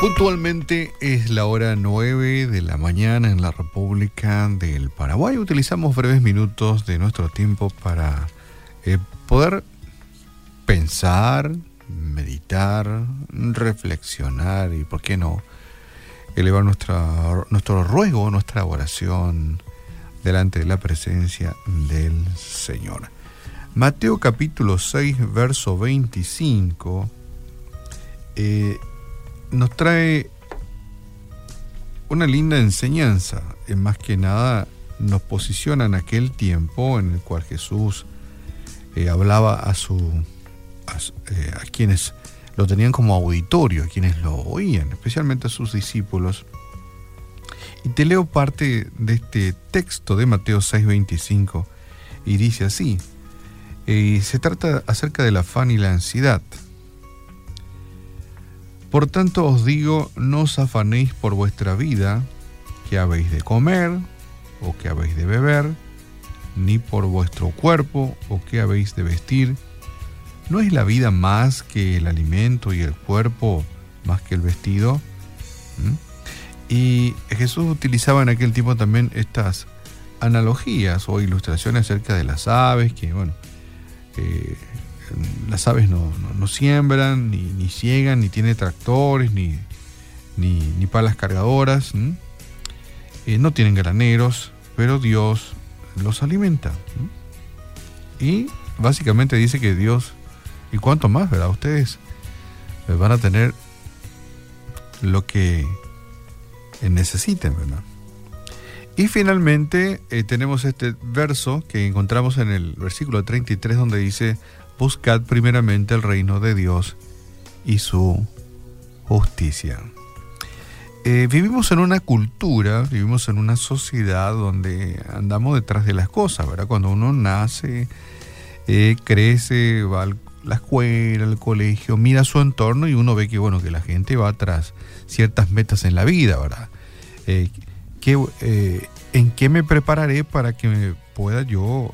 Puntualmente es la hora 9 de la mañana en la República del Paraguay. Utilizamos breves minutos de nuestro tiempo para poder pensar, meditar, reflexionar y, ¿por qué no?, elevar nuestro ruego, nuestra oración delante de la presencia del Señor. Mateo capítulo 6, verso 25, nos trae una linda enseñanza. Más que nada nos posiciona en aquel tiempo en el cual Jesús hablaba a quienes lo tenían como auditorio, a quienes lo oían, especialmente a sus discípulos. Y te leo parte de este texto de Mateo 6:25 y dice así. Se trata acerca del afán y la ansiedad. Por tanto os digo, no os afanéis por vuestra vida, qué habéis de comer o qué habéis de beber, ni por vuestro cuerpo o qué habéis de vestir. ¿No es la vida más que el alimento y el cuerpo más que el vestido? Y Jesús utilizaba en aquel tiempo también estas analogías o ilustraciones acerca de las aves, que bueno, las aves no siembran, ni ciegan, ni tienen tractores, ni palas cargadoras, no tienen graneros, pero Dios los alimenta. Y básicamente dice que Dios, y cuánto más, ¿verdad? Ustedes van a tener lo que necesiten, ¿verdad? Y finalmente tenemos este verso que encontramos en el versículo 33, donde dice: buscad primeramente el reino de Dios y su justicia. Vivimos en una cultura, vivimos en una sociedad donde andamos detrás de las cosas, ¿verdad? Cuando uno nace, crece, va a la escuela, al colegio, mira su entorno y uno ve que, bueno, que la gente va tras ciertas metas en la vida, ¿verdad? ¿En qué me prepararé para que pueda yo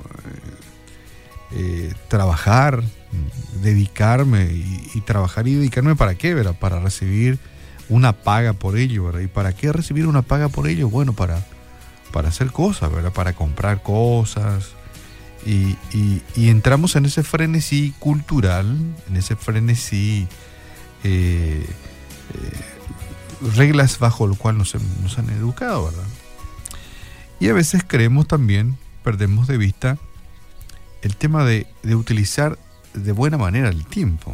trabajar, dedicarme y trabajar y dedicarme? ¿Para qué, verdad? Para recibir una paga por ello, ¿verdad? ¿Y para qué recibir una paga por ello? Bueno, para hacer cosas, ¿verdad? Para comprar cosas. Y entramos en ese frenesí cultural, en ese frenesí, reglas bajo lo cual nos han educado, ¿verdad? Y a veces perdemos de vista el tema de utilizar de buena manera el tiempo.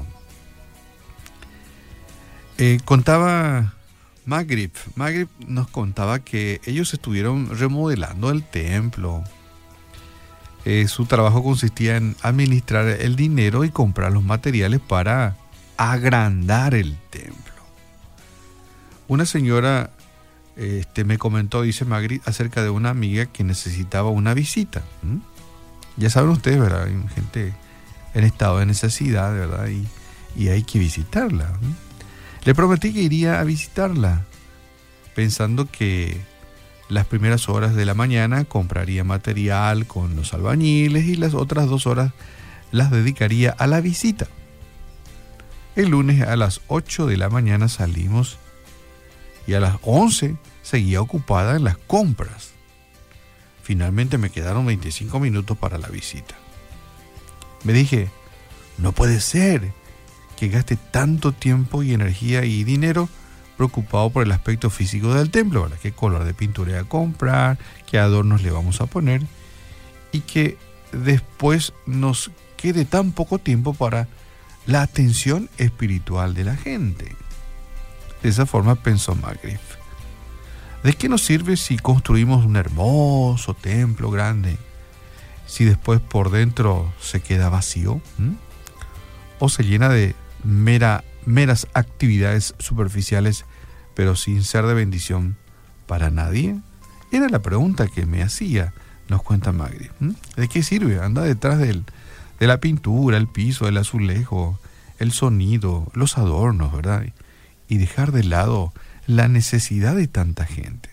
Contaba Maghrib nos contaba que ellos estuvieron remodelando el templo. Su trabajo consistía en administrar el dinero y comprar los materiales para agrandar el templo. Una señora me comentó, dice Magri, acerca de una amiga que necesitaba una visita. Ya saben ustedes, ¿verdad? Hay gente en estado de necesidad, ¿verdad? Y hay que visitarla. Le prometí que iría a visitarla, pensando que las primeras horas de la mañana compraría material con los albañiles y las otras 2 horas las dedicaría a la visita. El lunes a las 8 de la mañana salimos y a las 11 seguía ocupada en las compras. Finalmente me quedaron 25 minutos para la visita. Me dije, no puede ser que gaste tanto tiempo y energía y dinero preocupado por el aspecto físico del templo, ¿verdad? ¿Qué color de pintura a comprar? ¿Qué adornos le vamos a poner? Y que después nos quede tan poco tiempo para la atención espiritual de la gente. De esa forma pensó Magritte. ¿De qué nos sirve si construimos un hermoso templo grande, si después por dentro se queda vacío? ¿O se llena de meras actividades superficiales, pero sin ser de bendición para nadie? Era la pregunta que me hacía, nos cuenta Magri. ¿De qué sirve? Anda detrás de la pintura, el piso, el azulejo, el sonido, los adornos, ¿verdad? Y dejar de lado la necesidad de tanta gente.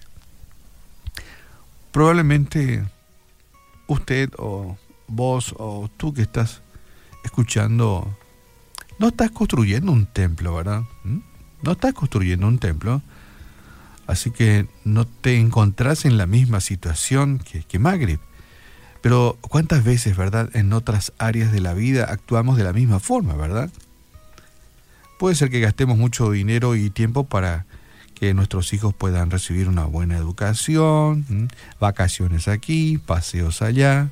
Probablemente usted o vos o tú que estás escuchando no estás construyendo un templo, ¿verdad? No estás construyendo un templo, así que no te encontrás en la misma situación que Magrib. Pero ¿cuántas veces, verdad, en otras áreas de la vida actuamos de la misma forma, verdad? Puede ser que gastemos mucho dinero y tiempo para que nuestros hijos puedan recibir una buena educación, vacaciones aquí, paseos allá.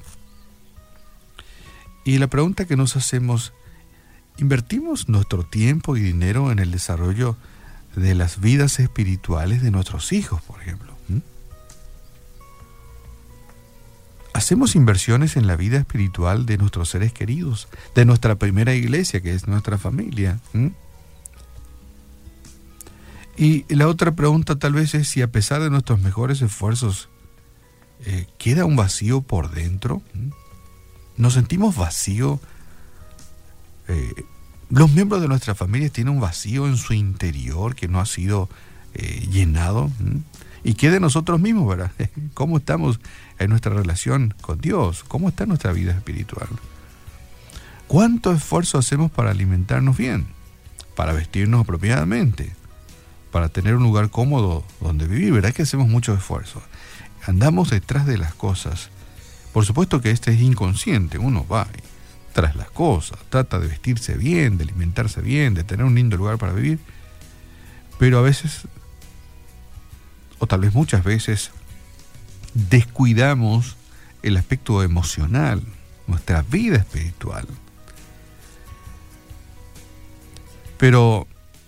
Y la pregunta que nos hacemos, ¿invertimos nuestro tiempo y dinero en el desarrollo de las vidas espirituales de nuestros hijos, por ejemplo? ¿Hacemos inversiones en la vida espiritual de nuestros seres queridos, de nuestra primera iglesia, que es nuestra familia? Y la otra pregunta tal vez es si a pesar de nuestros mejores esfuerzos, ¿queda un vacío por dentro? ¿Nos sentimos vacío? Los miembros de nuestra familia tienen un vacío en su interior que no ha sido llenado. ¿Y qué de nosotros mismos, verdad? ¿Cómo estamos en nuestra relación con Dios? ¿Cómo está nuestra vida espiritual? ¿Cuánto esfuerzo hacemos para alimentarnos bien? Para vestirnos apropiadamente, para tener un lugar cómodo donde vivir, ¿verdad que hacemos mucho esfuerzo? Andamos detrás de las cosas. Por supuesto que este es inconsciente, uno va tras las cosas, trata de vestirse bien, de alimentarse bien, de tener un lindo lugar para vivir, pero a veces, o tal vez muchas veces, descuidamos el aspecto emocional, nuestra vida espiritual. Pero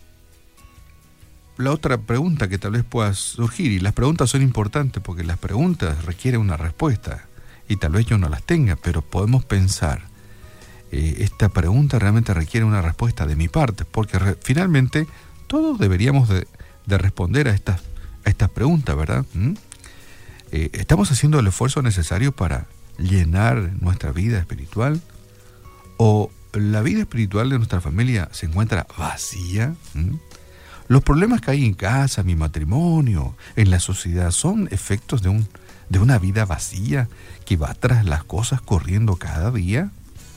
la otra pregunta que tal vez pueda surgir, y las preguntas son importantes porque las preguntas requieren una respuesta, y tal vez yo no las tenga, pero podemos pensar, esta pregunta realmente requiere una respuesta de mi parte, porque finalmente todos deberíamos de responder a estas preguntas, ¿verdad? ¿Estamos haciendo el esfuerzo necesario para llenar nuestra vida espiritual? ¿O la vida espiritual de nuestra familia se encuentra vacía? Los problemas que hay en casa, mi matrimonio, en la sociedad, son efectos de una vida vacía que va tras las cosas corriendo cada día.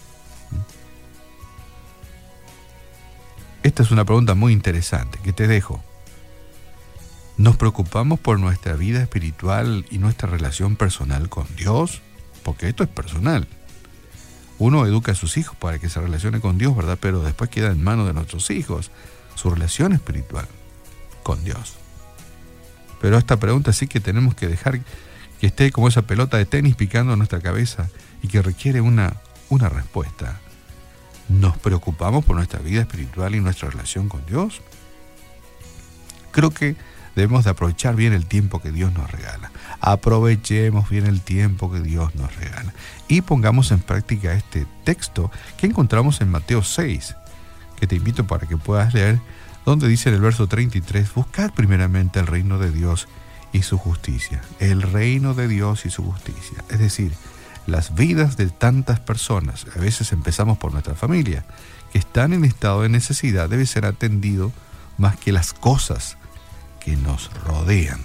Esta es una pregunta muy interesante que te dejo. ¿Nos preocupamos por nuestra vida espiritual y nuestra relación personal con Dios? Porque esto es personal. Uno educa a sus hijos para que se relacione con Dios, ¿verdad? Pero después queda en manos de nuestros hijos su relación espiritual con Dios. Pero esta pregunta sí que tenemos que dejar que esté como esa pelota de tenis picando en nuestra cabeza y que requiere una respuesta. ¿Nos preocupamos por nuestra vida espiritual y nuestra relación con Dios? Creo que debemos de aprovechar bien el tiempo que Dios nos regala. Aprovechemos bien el tiempo que Dios nos regala. Y pongamos en práctica este texto que encontramos en Mateo 6, que te invito para que puedas leer, donde dice en el verso 33, buscad primeramente el reino de Dios y su justicia. El reino de Dios y su justicia. Es decir, las vidas de tantas personas, a veces empezamos por nuestra familia, que están en estado de necesidad, debe ser atendido más que las cosas que nos rodean.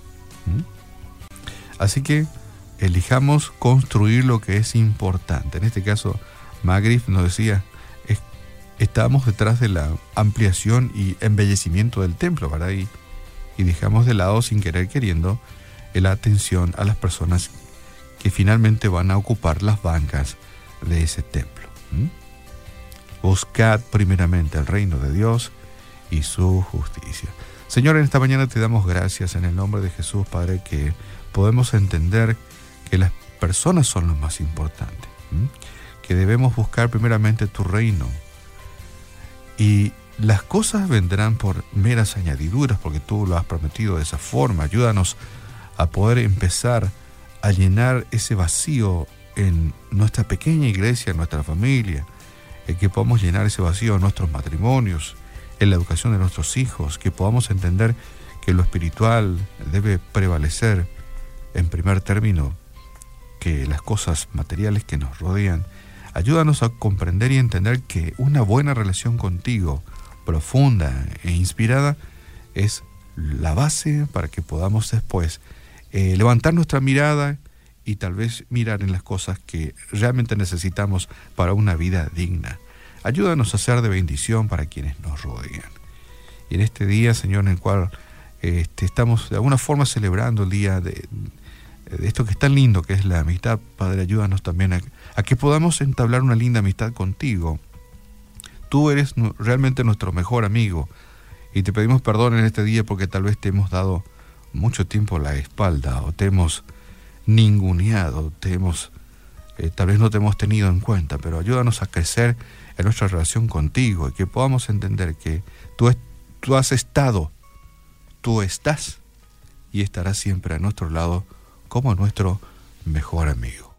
Así que elijamos construir lo que es importante. En este caso, Magrib nos decía, estamos detrás de la ampliación y embellecimiento del templo, ¿verdad? Y dejamos de lado, sin querer queriendo, la atención a las personas que finalmente van a ocupar las bancas de ese templo. Buscad primeramente el reino de Dios y su justicia. Señor, en esta mañana te damos gracias en el nombre de Jesús, Padre, que podemos entender que las personas son lo más importante, que debemos buscar primeramente tu reino, y las cosas vendrán por meras añadiduras, porque tú lo has prometido de esa forma. Ayúdanos a poder empezar a llenar ese vacío en nuestra pequeña iglesia, en nuestra familia, que podamos llenar ese vacío en nuestros matrimonios, en la educación de nuestros hijos, que podamos entender que lo espiritual debe prevalecer en primer término que las cosas materiales que nos rodean. Ayúdanos a comprender y entender que una buena relación contigo, profunda e inspirada, es la base para que podamos después levantar nuestra mirada y tal vez mirar en las cosas que realmente necesitamos para una vida digna. Ayúdanos a ser de bendición para quienes nos rodean. Y en este día, Señor, en el cual estamos de alguna forma celebrando el día de esto que es tan lindo, que es la amistad, Padre, ayúdanos también a que podamos entablar una linda amistad contigo. Tú eres realmente nuestro mejor amigo y te pedimos perdón en este día porque tal vez te hemos dado mucho tiempo la espalda o te hemos ninguneado, tal vez no te hemos tenido en cuenta, pero ayúdanos a crecer en nuestra relación contigo y que podamos entender que tú has estado, tú estás y estarás siempre a nuestro lado como nuestro mejor amigo.